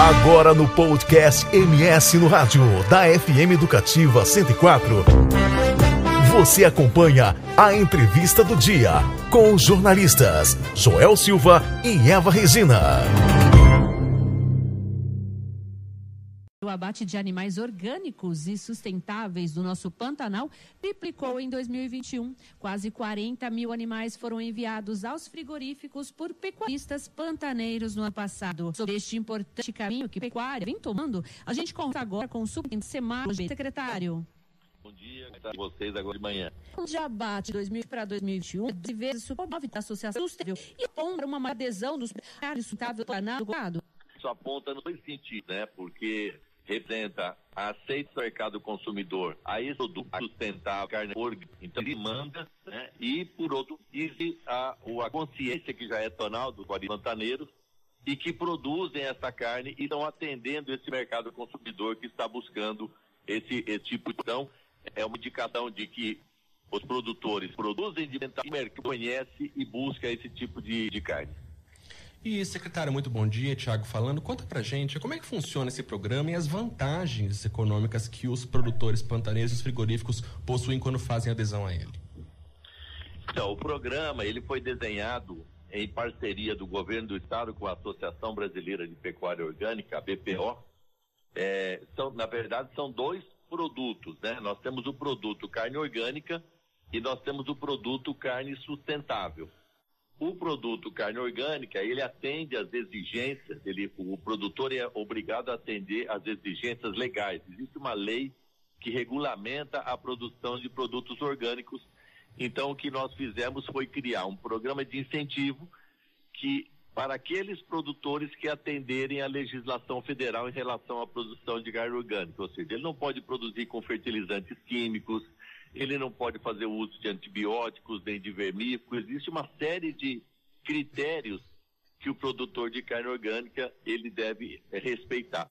Agora no podcast MS no Rádio, da FM Educativa 104. Você acompanha a entrevista do dia com os jornalistas Joel Silva e Eva Regina. O abate de animais orgânicos e sustentáveis do nosso Pantanal triplicou em 2021. Quase 40 mil animais foram enviados aos frigoríficos por pecuaristas pantaneiros no ano passado. Sobre este importante caminho que a pecuária vem tomando, a gente conta agora com o superintendente Semar, secretário. Bom dia, com vocês agora de manhã. O de abate de 2000 para 2021, de vezes promove a Associação Sustentável e aponta uma adesão dos pecuários sustentáveis do Pantanal do Gado. Isso aponta no dois sentidos, né? Porque representa a aceitação do mercado consumidor a esse produto sustentável, carne orgânica, então demanda, né? E por outro, existe a consciência que já é tonal dos pantaneiros e que produzem essa carne e estão atendendo esse mercado consumidor que está buscando esse tipo de ação. É uma indicação de que os produtores produzem de o mercado conhece e busca esse tipo de carne. E, secretário, muito bom dia, Thiago falando. Conta pra gente como é que funciona esse programa e as vantagens econômicas que os produtores pantaneiros e os frigoríficos possuem quando fazem adesão a ele. Então, o programa ele foi desenhado em parceria do governo do estado com a Associação Brasileira de Pecuária Orgânica, a BPO. Na verdade, são dois produtos, né? Nós temos o produto carne orgânica e nós temos o produto carne sustentável. O produto carne orgânica, ele atende às exigências, o produtor é obrigado a atender às exigências legais. Existe uma lei que regulamenta a produção de produtos orgânicos. Então, o que nós fizemos foi criar um programa de incentivo para aqueles produtores que atenderem à legislação federal em relação à produção de carne orgânica. Ou seja, ele não pode produzir com fertilizantes químicos, ele não pode fazer o uso de antibióticos, nem de vermífugos. Existe uma série de critérios que o produtor de carne orgânica ele deve respeitar.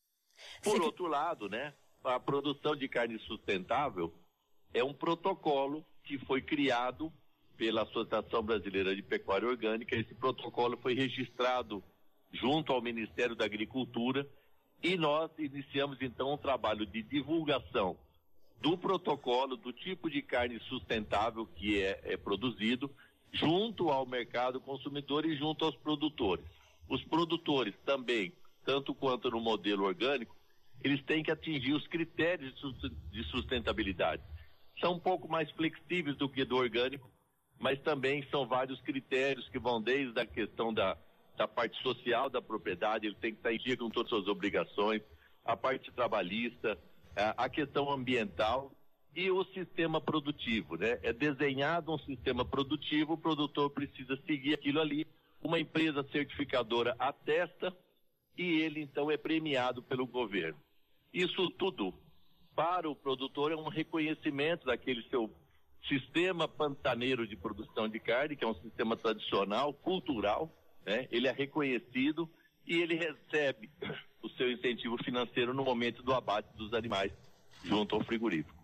Por outro lado, né, a produção de carne sustentável é um protocolo que foi criado pela Associação Brasileira de Pecuária Orgânica. Esse protocolo foi registrado junto ao Ministério da Agricultura e nós iniciamos então um trabalho de divulgação do protocolo, do tipo de carne sustentável que é produzido, junto ao mercado consumidor e junto aos produtores. Os produtores também, tanto quanto no modelo orgânico, eles têm que atingir os critérios de sustentabilidade. São um pouco mais flexíveis do que do orgânico, mas também são vários critérios que vão desde a questão da parte social da propriedade, ele tem que estar em dia com todas as suas obrigações, a parte trabalhista, a questão ambiental e o sistema produtivo, né? É desenhado um sistema produtivo, o produtor precisa seguir aquilo ali, uma empresa certificadora atesta e ele então é premiado pelo governo. Isso tudo para o produtor é um reconhecimento daquele seu sistema pantaneiro de produção de carne, que é um sistema tradicional, cultural, né? Ele é reconhecido e ele recebe o seu incentivo financeiro no momento do abate dos animais junto ao frigorífico.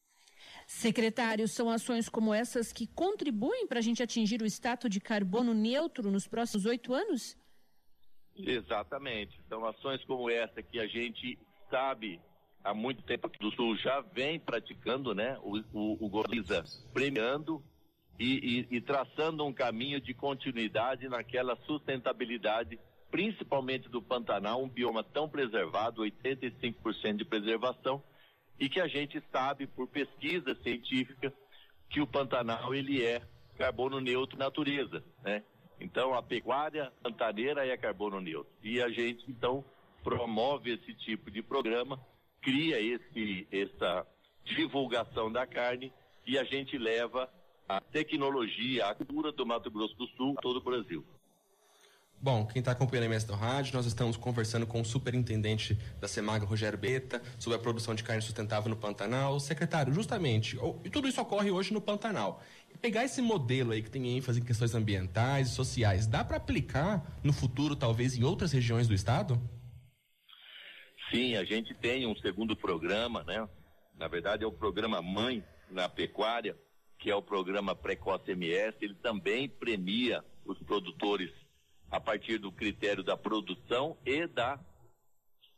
Secretário, são ações como essas que contribuem para a gente atingir o status de carbono neutro nos próximos 8 anos? Exatamente. São ações como essa que a gente sabe há muito tempo que o Sul já vem praticando, né? O Goliza premiando e traçando um caminho de continuidade naquela sustentabilidade, principalmente do Pantanal, um bioma tão preservado, 85% de preservação, e que a gente sabe por pesquisa científica que o Pantanal ele é carbono neutro natureza, né? Então a pecuária pantaneira é carbono neutro e a gente então promove esse tipo de programa, cria essa divulgação da carne e a gente leva a tecnologia, a cultura do Mato Grosso do Sul a todo o Brasil. Bom, quem está acompanhando a MS do Rádio, nós estamos conversando com o superintendente da Semag, Rogério Beta, sobre a produção de carne sustentável no Pantanal. Secretário, justamente, e tudo isso ocorre hoje no Pantanal. Pegar esse modelo aí que tem ênfase em questões ambientais e sociais, dá para aplicar no futuro, talvez, em outras regiões do estado? Sim, a gente tem um segundo programa, né? Na verdade, é o programa Mãe na Pecuária, que é o programa Precoce MS. Ele também premia os produtores a partir do critério da produção e da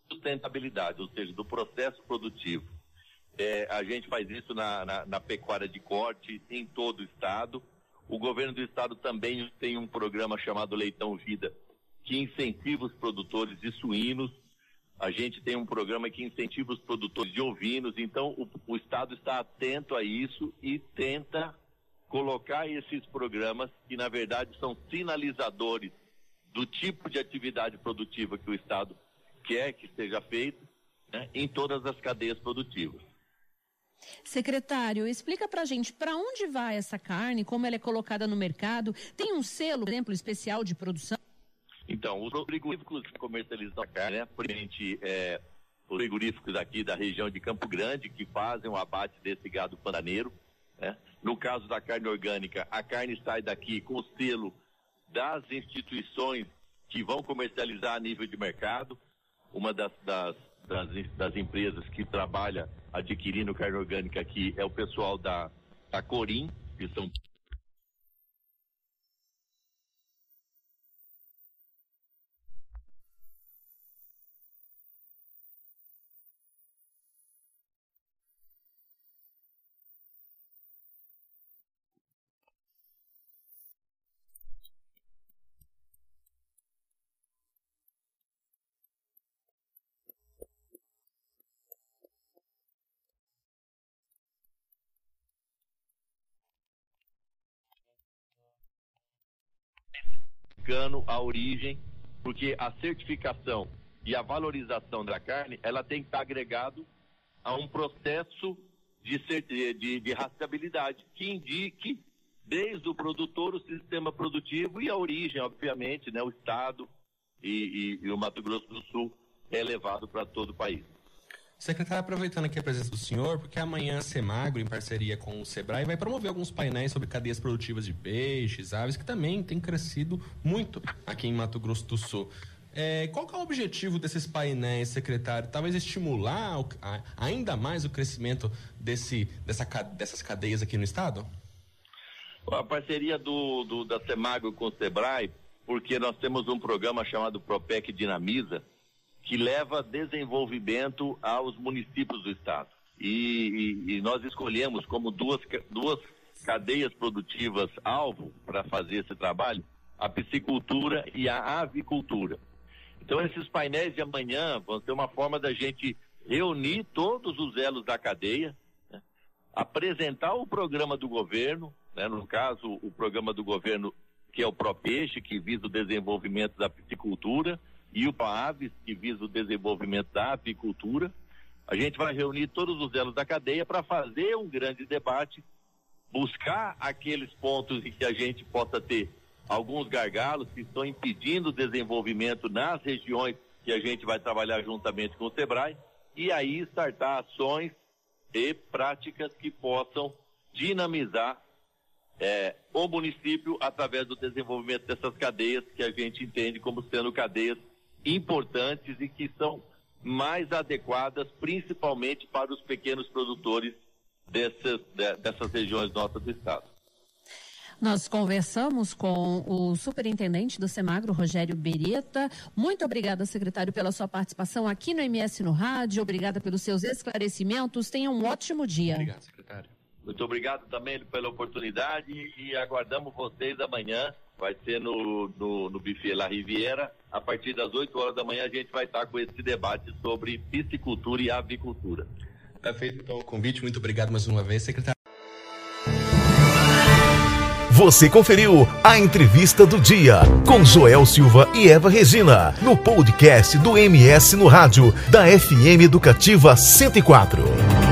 sustentabilidade, ou seja, do processo produtivo. A gente faz isso na pecuária de corte em todo o estado. O governo do estado também tem um programa chamado Leitão Vida, que incentiva os produtores de suínos. A gente tem um programa que incentiva os produtores de ovinos. Então, o estado está atento a isso e tenta colocar esses programas que, na verdade, são sinalizadores do tipo de atividade produtiva que o estado quer que seja feito, né, em todas as cadeias produtivas. Secretário, explica pra gente para onde vai essa carne, como ela é colocada no mercado. Tem um selo, por exemplo, especial de produção? Então, os frigoríficos que comercializam a carne, né, principalmente os frigoríficos aqui da região de Campo Grande, que fazem o abate desse gado pantaneiro, né? No caso da carne orgânica, a carne sai daqui com o selo das instituições que vão comercializar a nível de mercado. Uma das empresas que trabalha adquirindo carne orgânica aqui é o pessoal da Corim, que são... a origem, porque a certificação e a valorização da carne, ela tem que estar agregado a um processo de rastreabilidade, que indique desde o produtor, o sistema produtivo e a origem, obviamente, né, o estado e o Mato Grosso do Sul é levado para todo o país. Secretário, aproveitando aqui a presença do senhor, porque amanhã a Semagro, em parceria com o Sebrae, vai promover alguns painéis sobre cadeias produtivas de peixes, aves, que também tem crescido muito aqui em Mato Grosso do Sul. Qual que é o objetivo desses painéis, secretário? Talvez estimular ainda mais o crescimento dessas cadeias aqui no estado? A parceria da Semagro com o Sebrae, porque nós temos um programa chamado Propec Dinamiza, que leva desenvolvimento aos municípios do estado. E nós escolhemos como duas cadeias produtivas alvo para fazer esse trabalho, a piscicultura e a avicultura. Então, esses painéis de amanhã vão ser uma forma da gente reunir todos os elos da cadeia, né, apresentar o programa do governo, né, no caso, o programa do governo que é o ProPeixe, que visa o desenvolvimento da piscicultura, e o PAAVES, que visa o desenvolvimento da apicultura. A gente vai reunir todos os elos da cadeia para fazer um grande debate, buscar aqueles pontos em que a gente possa ter alguns gargalos que estão impedindo o desenvolvimento nas regiões que a gente vai trabalhar juntamente com o Sebrae, e aí startar ações e práticas que possam dinamizar o município através do desenvolvimento dessas cadeias que a gente entende como sendo cadeias importantes e que são mais adequadas principalmente para os pequenos produtores dessas regiões nossas do estado. Nós conversamos com o superintendente do Semagro, Rogério Beretta. Muito obrigada, secretário, pela sua participação aqui no MS no Rádio. Obrigada pelos seus esclarecimentos. Tenha um ótimo dia. Obrigado, secretário. Muito obrigado também pela oportunidade e aguardamos vocês amanhã. Vai ser no Buffet La Riviera. A partir das 8 horas da manhã a gente vai estar com esse debate sobre piscicultura e avicultura. Está feito então o convite. Muito obrigado mais uma vez, secretário. Você conferiu a entrevista do dia com Joel Silva e Eva Regina no podcast do MS no Rádio da FM Educativa 104.